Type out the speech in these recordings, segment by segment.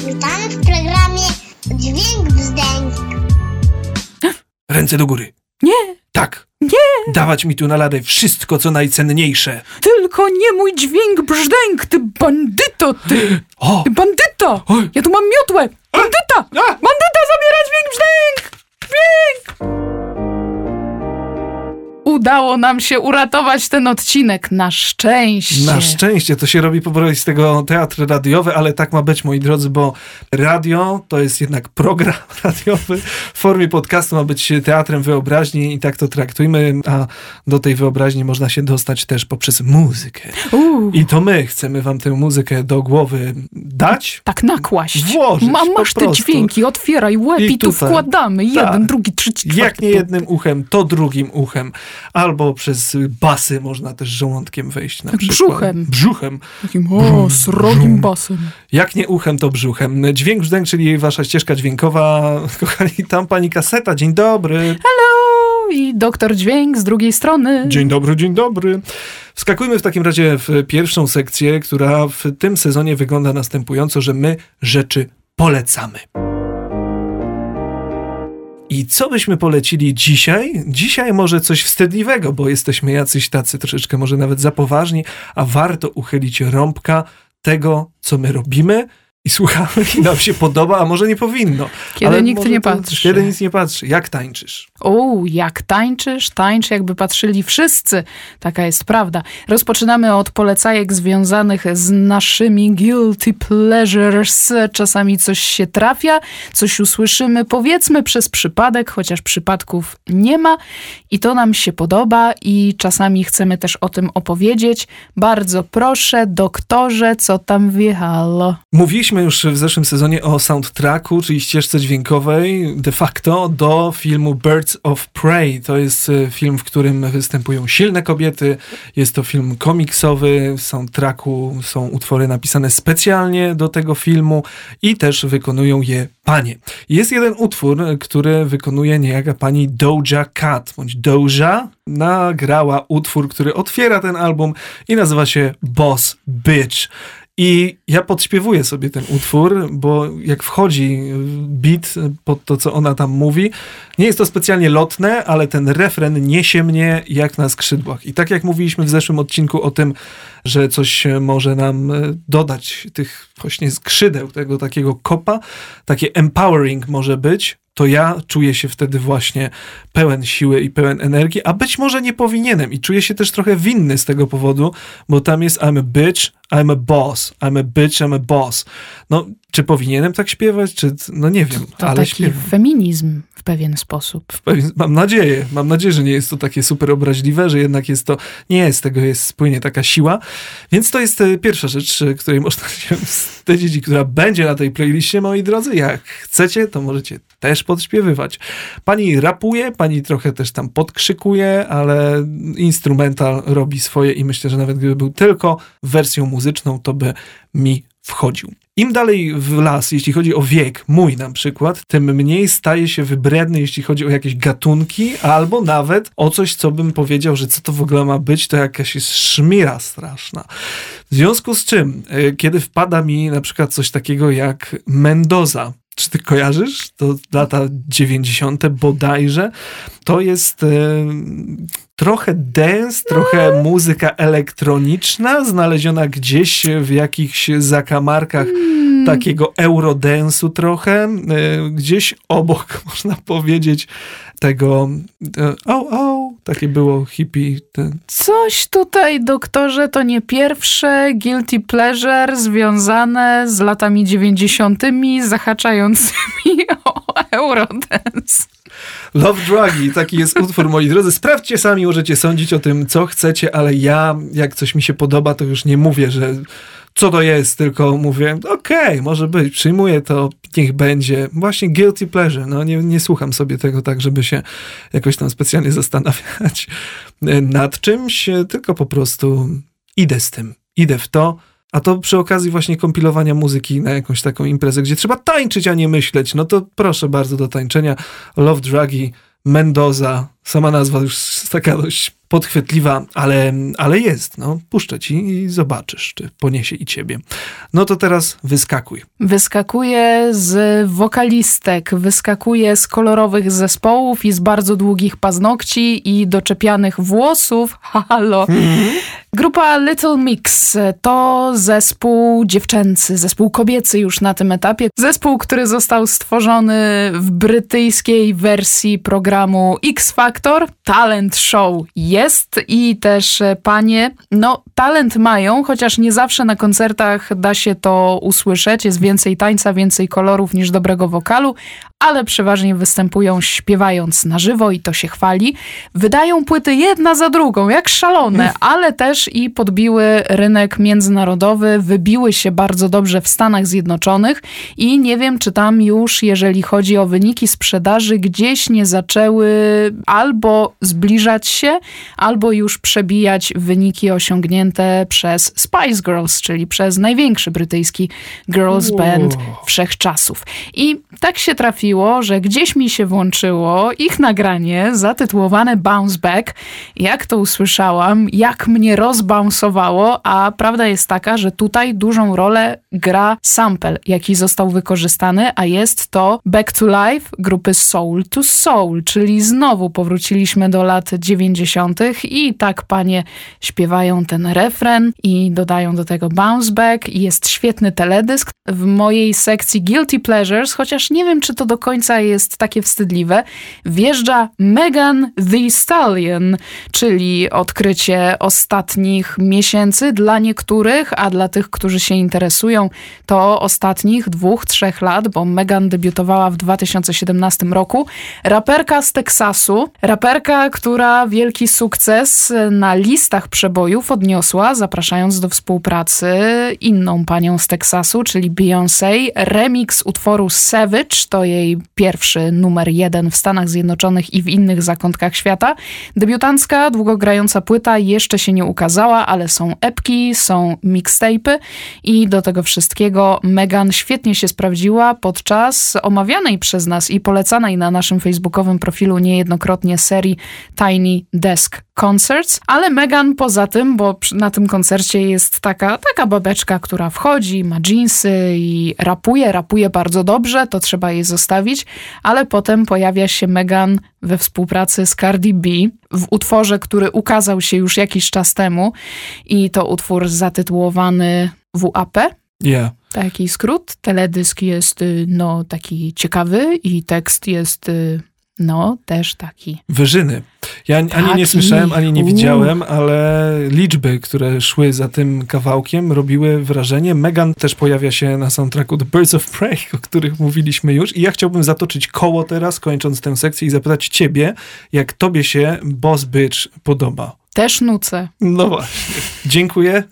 Witamy w programie Dźwięk Brzdęk. Ręce do góry. Nie. Tak. Nie. Dawać mi tu na ladę wszystko, co najcenniejsze. Tylko nie mój dźwięk brzdęk, ty bandyto, ty. O! Ty bandyto. Oj. Ja tu mam miotłę. Bandyta. Bandyta zabiera dźwięk brzdęk. Dźwięk. Udało nam się uratować ten odcinek, na szczęście. Na szczęście, to się robi powoli z tego teatr radiowy, ale tak ma być, moi drodzy, bo radio to jest jednak program radiowy. W formie podcastu ma być teatrem wyobraźni i tak to traktujmy, a do tej wyobraźni można się dostać też poprzez muzykę. I to my chcemy wam tę muzykę do głowy dać. Tak nakłaść. Włożyć Masz po te prostu. dźwięki, otwieraj łeb i tu tutaj. wkładamy. Jeden, Tak. drugi, trzeci, czwarty. Jak nie jednym uchem, to drugim uchem. Albo przez basy można też żołądkiem wejść na przykład. Brzuchem. Brzuchem. Takim Brum, srogim brum. basem. Jak nie uchem, to brzuchem. Dźwięk brzdęk, czyli wasza ścieżka dźwiękowa. Kochani, tam pani kaseta. Dzień dobry. Hello! I doktor Dźwięk z drugiej strony. Dzień dobry, dzień dobry. Wskakujmy w takim razie w pierwszą sekcję, która w tym sezonie wygląda następująco, że my rzeczy polecamy. I co byśmy polecili dzisiaj? Dzisiaj może coś wstydliwego, bo jesteśmy jacyś tacy troszeczkę może nawet za poważni, a warto uchylić rąbka tego, co my robimy i słuchamy i nam się podoba, a może nie powinno. Kiedy ale nikt może nie to- patrzy. Kiedy nic nie patrzy. Jak tańczysz? Jak tańczysz? Tańcz, jakby patrzyli wszyscy. Taka jest prawda. Rozpoczynamy od polecajek związanych z naszymi guilty pleasures. Czasami coś się trafia, coś usłyszymy, powiedzmy przez przypadek, chociaż przypadków nie ma i to nam się podoba i czasami chcemy też o tym opowiedzieć. Bardzo proszę, doktorze, co tam wjechało? Mówiliśmy już w zeszłym sezonie o soundtracku, czyli ścieżce dźwiękowej de facto do filmu Birds of Prey. To jest film, w którym występują silne kobiety. Jest to film komiksowy. W soundtracku są utwory napisane specjalnie do tego filmu i też wykonują je panie. Jest jeden utwór, który wykonuje niejaka pani Doja Cat, bądź Doja. Nagrała utwór, który otwiera ten album i nazywa się Boss Bitch. I ja podśpiewuję sobie ten utwór, bo jak wchodzi beat pod to, co ona tam mówi, nie jest to specjalnie lotne, ale ten refren niesie mnie jak na skrzydłach. I tak jak mówiliśmy w zeszłym odcinku o tym, że coś może nam dodać tych właśnie skrzydeł, tego takiego kopa, takie empowering może być, to ja czuję się wtedy właśnie pełen siły i pełen energii, a być może nie powinienem i czuję się też trochę winny z tego powodu, bo tam jest I'm a bitch, I'm a boss, I'm a bitch, I'm a boss. No, czy powinienem tak śpiewać, czy, no nie wiem, To ale taki śpiewam. feminizm w pewien sposób. Mam nadzieję, że nie jest to takie super obraźliwe, że jednak jest to, nie, z tego jest spłynie taka siła, więc to jest pierwsza rzecz, której można się wstydzić i która będzie na tej playliście, moi drodzy. Jak chcecie, to możecie też podśpiewywać. Pani rapuje, pani trochę też tam podkrzykuje, ale instrumental robi swoje i myślę, że nawet gdyby był tylko wersją muzyczną, to by mi wchodził. Im dalej w las, jeśli chodzi o wiek, mój na przykład, tym mniej staje się wybredny, jeśli chodzi o jakieś gatunki, albo nawet o coś, co bym powiedział, że co to w ogóle ma być, to jakaś jest szmira straszna. W związku z czym, kiedy wpada mi na przykład coś takiego jak Mendoza, czy ty kojarzysz? To lata 90. bodajże. To jest trochę dance, trochę muzyka elektroniczna, znaleziona gdzieś w jakichś zakamarkach takiego eurodance'u trochę. Gdzieś obok, można powiedzieć, tego takie było hippie. Coś tutaj, doktorze, to nie pierwsze guilty pleasure związane z latami 90. zahaczającymi o Eurodance. Love Druggy, taki jest utwór, moi drodzy. Sprawdźcie sami, możecie sądzić o tym, co chcecie, ale ja, jak coś mi się podoba, to już nie mówię, że co to jest, tylko mówię, okej, może być, przyjmuję to, niech będzie. Właśnie guilty pleasure, no nie słucham sobie tego tak, żeby się jakoś tam specjalnie zastanawiać nad czymś, tylko po prostu idę z tym, idę w to, a to przy okazji właśnie kompilowania muzyki na jakąś taką imprezę, gdzie trzeba tańczyć, a nie myśleć, no to proszę bardzo do tańczenia. Love Druggy, Mendoza, Sama nazwa już jest taka dość podchwytliwa, ale jest. No, puszczę ci i zobaczysz, czy poniesie i ciebie. No to teraz wyskakuj. Wyskakuje z wokalistek, wyskakuje z kolorowych zespołów i z bardzo długich paznokci i doczepianych włosów. Halo. Grupa Little Mix to zespół dziewczęcy, zespół kobiecy już na tym etapie. Zespół, który został stworzony w brytyjskiej wersji programu X Factor. Talent show jest i też panie, no talent mają, chociaż nie zawsze na koncertach da się to usłyszeć. Jest więcej tańca, więcej kolorów niż dobrego wokalu, ale przeważnie występują śpiewając na żywo i to się chwali. Wydają płyty jedna za drugą, jak szalone, ale też i podbiły rynek międzynarodowy, wybiły się bardzo dobrze w Stanach Zjednoczonych i nie wiem, czy tam już, jeżeli chodzi o wyniki sprzedaży, gdzieś nie zaczęły albo zbliżać się, albo już przebijać wyniki osiągnięte przez Spice Girls, czyli przez największy brytyjski girls band wszechczasów. I tak się trafiło, że gdzieś mi się włączyło ich nagranie zatytułowane Bounce Back. Jak to usłyszałam, jak mnie rozbounsowało, a prawda jest taka, że tutaj dużą rolę gra sample, jaki został wykorzystany, a jest to Back to Life grupy Soul to Soul, czyli znowu powróciliśmy do lat 90. i tak panie śpiewają ten refren i dodają do tego Bounce Back i jest świetny teledysk. W mojej sekcji Guilty Pleasures, chociaż nie wiem, czy to do końca jest takie wstydliwe, wjeżdża Megan Thee Stallion, czyli odkrycie ostatnich miesięcy dla niektórych, a dla tych, którzy się interesują, to ostatnich 2-3 lat, bo Megan debiutowała w 2017 roku. Raperka z Teksasu, raperka, która wielki sukces na listach przebojów odniosła, zapraszając do współpracy inną panią z Teksasu, czyli Beyoncé. Remix utworu Savage to jej pierwszy numer 1 w Stanach Zjednoczonych i w innych zakątkach świata. Debiutancka, długogrająca płyta jeszcze się nie ukazała, ale są epki, są mixtape'y i do tego wszystkiego Megan świetnie się sprawdziła podczas omawianej przez nas i polecanej na naszym facebookowym profilu niejednokrotnie serii Tiny Desk Concerts, ale Megan poza tym, bo na tym koncercie jest taka babeczka, która wchodzi, ma dżinsy i rapuje bardzo dobrze, to trzeba jej zostawić, ale potem pojawia się Megan we współpracy z Cardi B w utworze, który ukazał się już jakiś czas temu i to utwór zatytułowany WAP. Yeah. Taki skrót. Teledysk jest taki ciekawy i tekst jest też taki. Wyżyny. Ja ani nie słyszałem, ani nie widziałem, ale liczby, które szły za tym kawałkiem, robiły wrażenie. Megan też pojawia się na soundtracku The Birds of Prey, o których mówiliśmy już. I ja chciałbym zatoczyć koło teraz, kończąc tę sekcję i zapytać ciebie, jak tobie się Boss Bitch podoba. Też nucę. No właśnie. Dziękuję.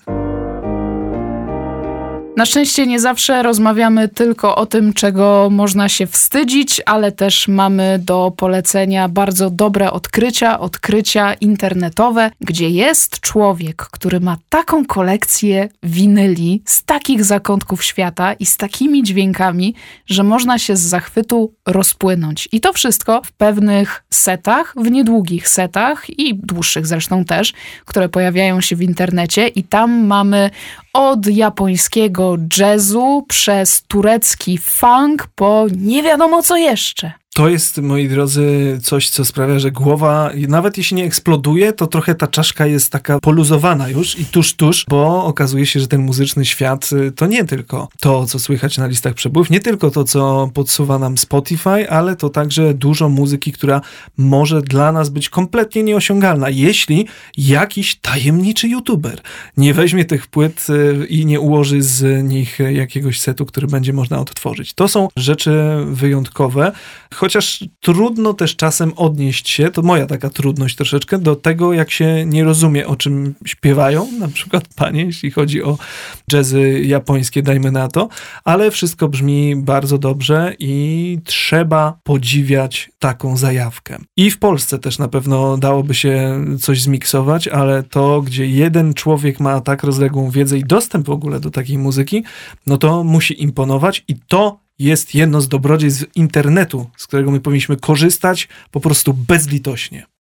Na szczęście nie zawsze rozmawiamy tylko o tym, czego można się wstydzić, ale też mamy do polecenia bardzo dobre odkrycia internetowe, gdzie jest człowiek, który ma taką kolekcję winyli z takich zakątków świata i z takimi dźwiękami, że można się z zachwytu rozpłynąć. I to wszystko w pewnych setach, w niedługich setach i dłuższych zresztą też, które pojawiają się w internecie i tam mamy od japońskiego jazzu przez turecki funk po nie wiadomo co jeszcze. To jest, moi drodzy, coś, co sprawia, że głowa, nawet jeśli nie eksploduje, to trochę ta czaszka jest taka poluzowana już i tuż, bo okazuje się, że ten muzyczny świat to nie tylko to, co słychać na listach przebojów, nie tylko to, co podsuwa nam Spotify, ale to także dużo muzyki, która może dla nas być kompletnie nieosiągalna, jeśli jakiś tajemniczy youtuber nie weźmie tych płyt i nie ułoży z nich jakiegoś setu, który będzie można odtworzyć. To są rzeczy wyjątkowe, chociaż trudno też czasem odnieść się, to moja taka trudność troszeczkę, do tego, jak się nie rozumie, o czym śpiewają, na przykład panie, jeśli chodzi o jazzy japońskie, dajmy na to, ale wszystko brzmi bardzo dobrze i trzeba podziwiać taką zajawkę. I w Polsce też na pewno dałoby się coś zmiksować, ale to, gdzie jeden człowiek ma tak rozległą wiedzę i dostęp w ogóle do takiej muzyki, no to musi imponować i to jest jedno z dobrodziejstw internetu, z którego my powinniśmy korzystać po prostu bezlitośnie.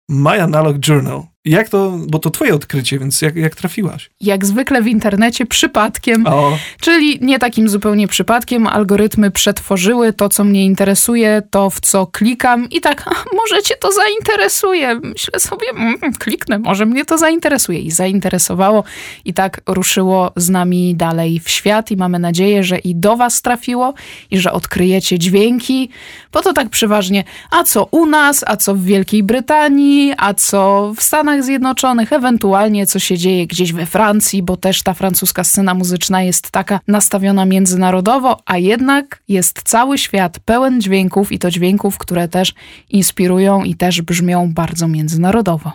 My Analog Journal. Jak to, bo to twoje odkrycie, więc jak trafiłaś? Jak zwykle w internecie przypadkiem, czyli nie takim zupełnie przypadkiem, algorytmy przetworzyły to, co mnie interesuje, to w co klikam i tak, może cię to zainteresuje. Myślę sobie, kliknę, może mnie to zainteresuje. I zainteresowało i tak ruszyło z nami dalej w świat i mamy nadzieję, że i do was trafiło i że odkryjecie dźwięki, bo to tak przeważnie, a co u nas, a co w Wielkiej Brytanii, a co w Stanach Zjednoczonych, ewentualnie co się dzieje gdzieś we Francji, bo też ta francuska scena muzyczna jest taka nastawiona międzynarodowo, a jednak jest cały świat pełen dźwięków i to dźwięków, które też inspirują i też brzmią bardzo międzynarodowo.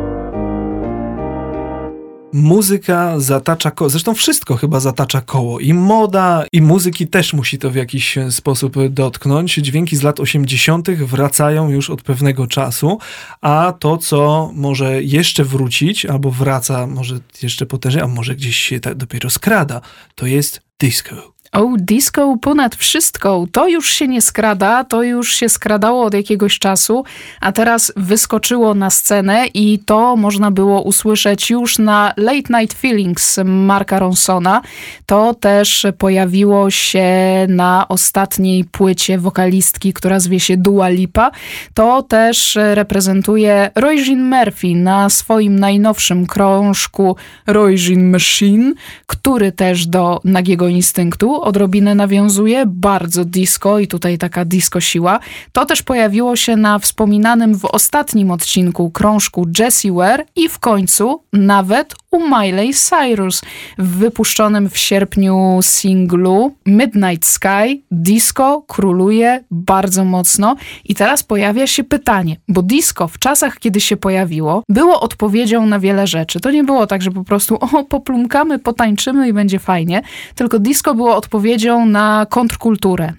Muzyka zatacza koło, zresztą wszystko chyba zatacza koło. I moda, i muzyki też musi to w jakiś sposób dotknąć. Dźwięki z lat 80. wracają już od pewnego czasu, a to, co może jeszcze wrócić, albo wraca może jeszcze potężnie, a może gdzieś się tak dopiero skrada, to jest disco. Disco ponad wszystko. To już się nie skrada, to już się skradało od jakiegoś czasu, a teraz wyskoczyło na scenę i to można było usłyszeć już na Late Night Feelings Marka Ronsona. To też pojawiło się na ostatniej płycie wokalistki, która zwie się Dua Lipa. To też reprezentuje Roy Jean Murphy na swoim najnowszym krążku Roy Jean Machine, który też do Nagiego Instynktu odrobinę nawiązuje, bardzo disco i tutaj taka disco siła. To też pojawiło się na wspominanym w ostatnim odcinku krążku Jessie Ware i w końcu nawet u Miley Cyrus w wypuszczonym w sierpniu singlu Midnight Sky. Disco króluje bardzo mocno i teraz pojawia się pytanie, bo disco w czasach, kiedy się pojawiło, było odpowiedzią na wiele rzeczy. To nie było tak, że po prostu poplumkamy, potańczymy i będzie fajnie, tylko disco było odpowiedzią na kontrkulturę,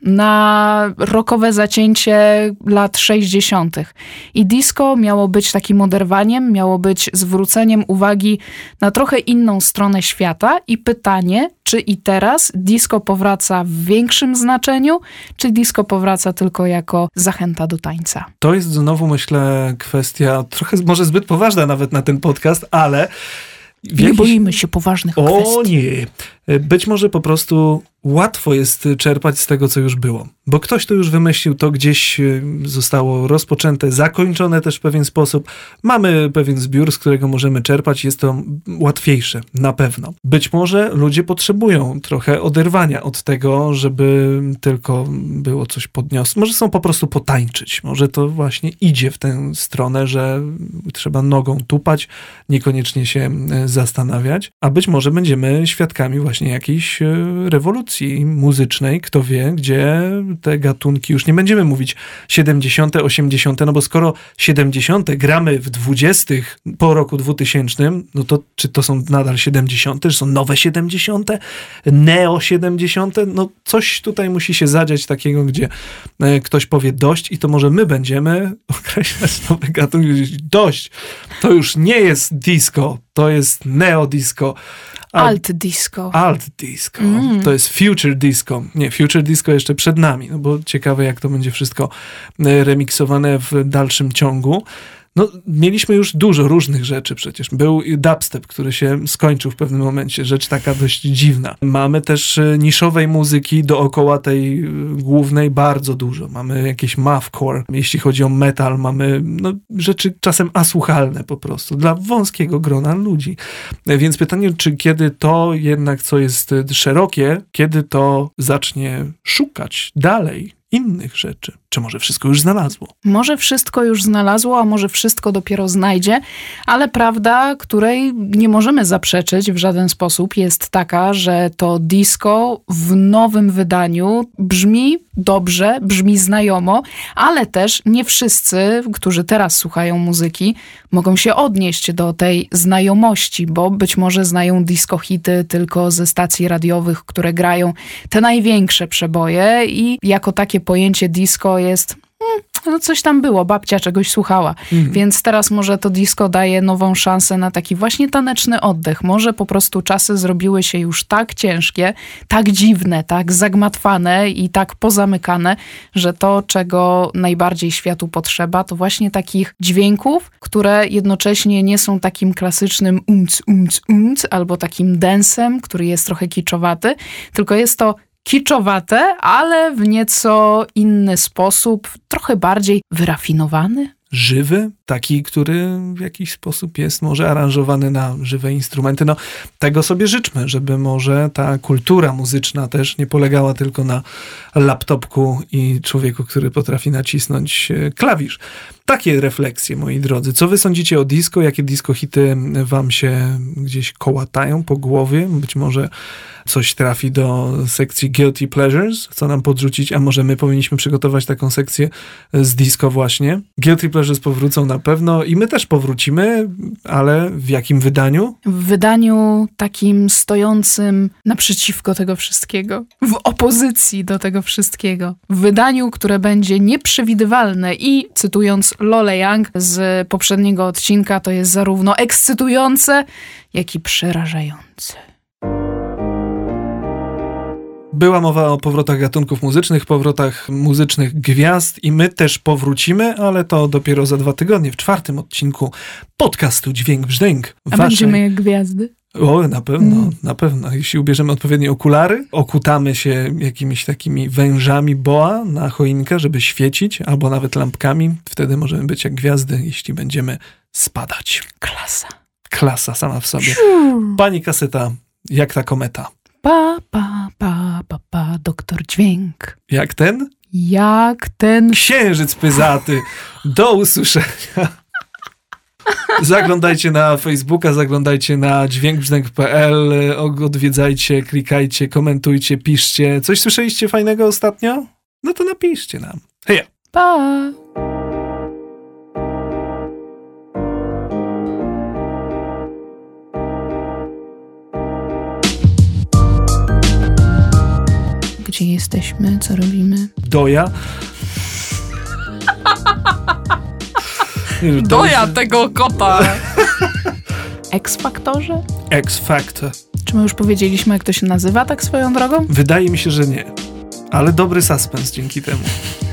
na rockowe zacięcie lat 60. I disco miało być takim oderwaniem, miało być zwróceniem uwagi na trochę inną stronę świata i pytanie, czy i teraz disco powraca w większym znaczeniu, czy disco powraca tylko jako zachęta do tańca? To jest znowu, myślę, kwestia trochę może zbyt poważna nawet na ten podcast, ale nie boimy się poważnych kwestii. O nie. Być może po prostu łatwo jest czerpać z tego, co już było. Bo ktoś to już wymyślił, to gdzieś zostało rozpoczęte, zakończone też w pewien sposób. Mamy pewien zbiór, z którego możemy czerpać. Jest to łatwiejsze, na pewno. Być może ludzie potrzebują trochę oderwania od tego, żeby tylko było coś podniosłe. Może są po prostu potańczyć. Może to właśnie idzie w tę stronę, że trzeba nogą tupać, niekoniecznie się zastanawiać. A być może będziemy świadkami właśnie jakiejś rewolucji muzycznej, kto wie, gdzie te gatunki, już nie będziemy mówić 70., 80., no bo skoro 70. gramy w 20. po roku 2000, no to czy to są nadal 70., czy są nowe 70., neo 70., no coś tutaj musi się zadziać takiego, gdzie ktoś powie dość i to może my będziemy określać nowe gatunki. Dość! To już nie jest disco, to jest neo-disco. Alt disco. Alt disco. To jest future disco. Nie, future disco jeszcze przed nami, no bo ciekawe, jak to będzie wszystko remiksowane w dalszym ciągu. No, mieliśmy już dużo różnych rzeczy przecież. Był dubstep, który się skończył w pewnym momencie. Rzecz taka dość dziwna. Mamy też niszowej muzyki dookoła tej głównej bardzo dużo. Mamy jakieś mathcore. Jeśli chodzi o metal, mamy rzeczy czasem asłuchalne po prostu. Dla wąskiego grona ludzi. Więc pytanie, czy kiedy to jednak, co jest szerokie, kiedy to zacznie szukać dalej innych rzeczy? Czy może wszystko już znalazło? Może wszystko już znalazło, a może wszystko dopiero znajdzie, ale prawda, której nie możemy zaprzeczyć w żaden sposób, jest taka, że to disco w nowym wydaniu brzmi dobrze, brzmi znajomo, ale też nie wszyscy, którzy teraz słuchają muzyki, mogą się odnieść do tej znajomości, bo być może znają disco hity tylko ze stacji radiowych, które grają te największe przeboje i jako takie pojęcie disco jest no coś tam było, babcia czegoś słuchała. Więc teraz może to disco daje nową szansę na taki właśnie taneczny oddech. Może po prostu czasy zrobiły się już tak ciężkie, tak dziwne, tak zagmatwane i tak pozamykane, że to, czego najbardziej światu potrzeba, to właśnie takich dźwięków, które jednocześnie nie są takim klasycznym umc, albo takim densem, który jest trochę kiczowaty, tylko jest to kiczowate, ale w nieco inny sposób, trochę bardziej wyrafinowany. Żywy, taki, który w jakiś sposób jest może aranżowany na żywe instrumenty. No, tego sobie życzmy, żeby może ta kultura muzyczna też nie polegała tylko na laptopku i człowieku, który potrafi nacisnąć klawisz. Takie refleksje, moi drodzy. Co wy sądzicie o disco? Jakie disco hity wam się gdzieś kołatają po głowie? Być może coś trafi do sekcji Guilty Pleasures, co nam podrzucić, a może my powinniśmy przygotować taką sekcję z disco właśnie. Guilty Pleasures powrócą na pewno i my też powrócimy, ale w jakim wydaniu? W wydaniu takim stojącym naprzeciwko tego wszystkiego, w opozycji do tego wszystkiego. W wydaniu, które będzie nieprzewidywalne i, cytując Lolę Young z poprzedniego odcinka, to jest zarówno ekscytujące, jak i przerażające. Była mowa o powrotach gatunków muzycznych, powrotach muzycznych gwiazd i my też powrócimy, ale to dopiero za 2 tygodnie, w 4. odcinku podcastu Dźwięk Brzdęk. A będziemy jak gwiazdy? O, na pewno, na pewno. Jeśli ubierzemy odpowiednie okulary, okutamy się jakimiś takimi wężami boa na choinkę, żeby świecić, albo nawet lampkami. Wtedy możemy być jak gwiazdy, jeśli będziemy spadać. Klasa. Klasa sama w sobie. Pani Kaseta, jak ta kometa? Doktor Dźwięk. Jak ten? Jak ten... Księżyc pyzaty. Do usłyszenia. Zaglądajcie na Facebooka, zaglądajcie na dźwiękbrzdęk.pl, odwiedzajcie, klikajcie, komentujcie, piszcie. Coś słyszeliście fajnego ostatnio? No to napiszcie nam. Hej! Pa! Gdzie jesteśmy? Co robimy? Doja. Doja tego kota! X-Faktorze? X-Factor. Czy my już powiedzieliśmy, jak to się nazywa tak swoją drogą? Wydaje mi się, że nie. Ale dobry suspens dzięki temu.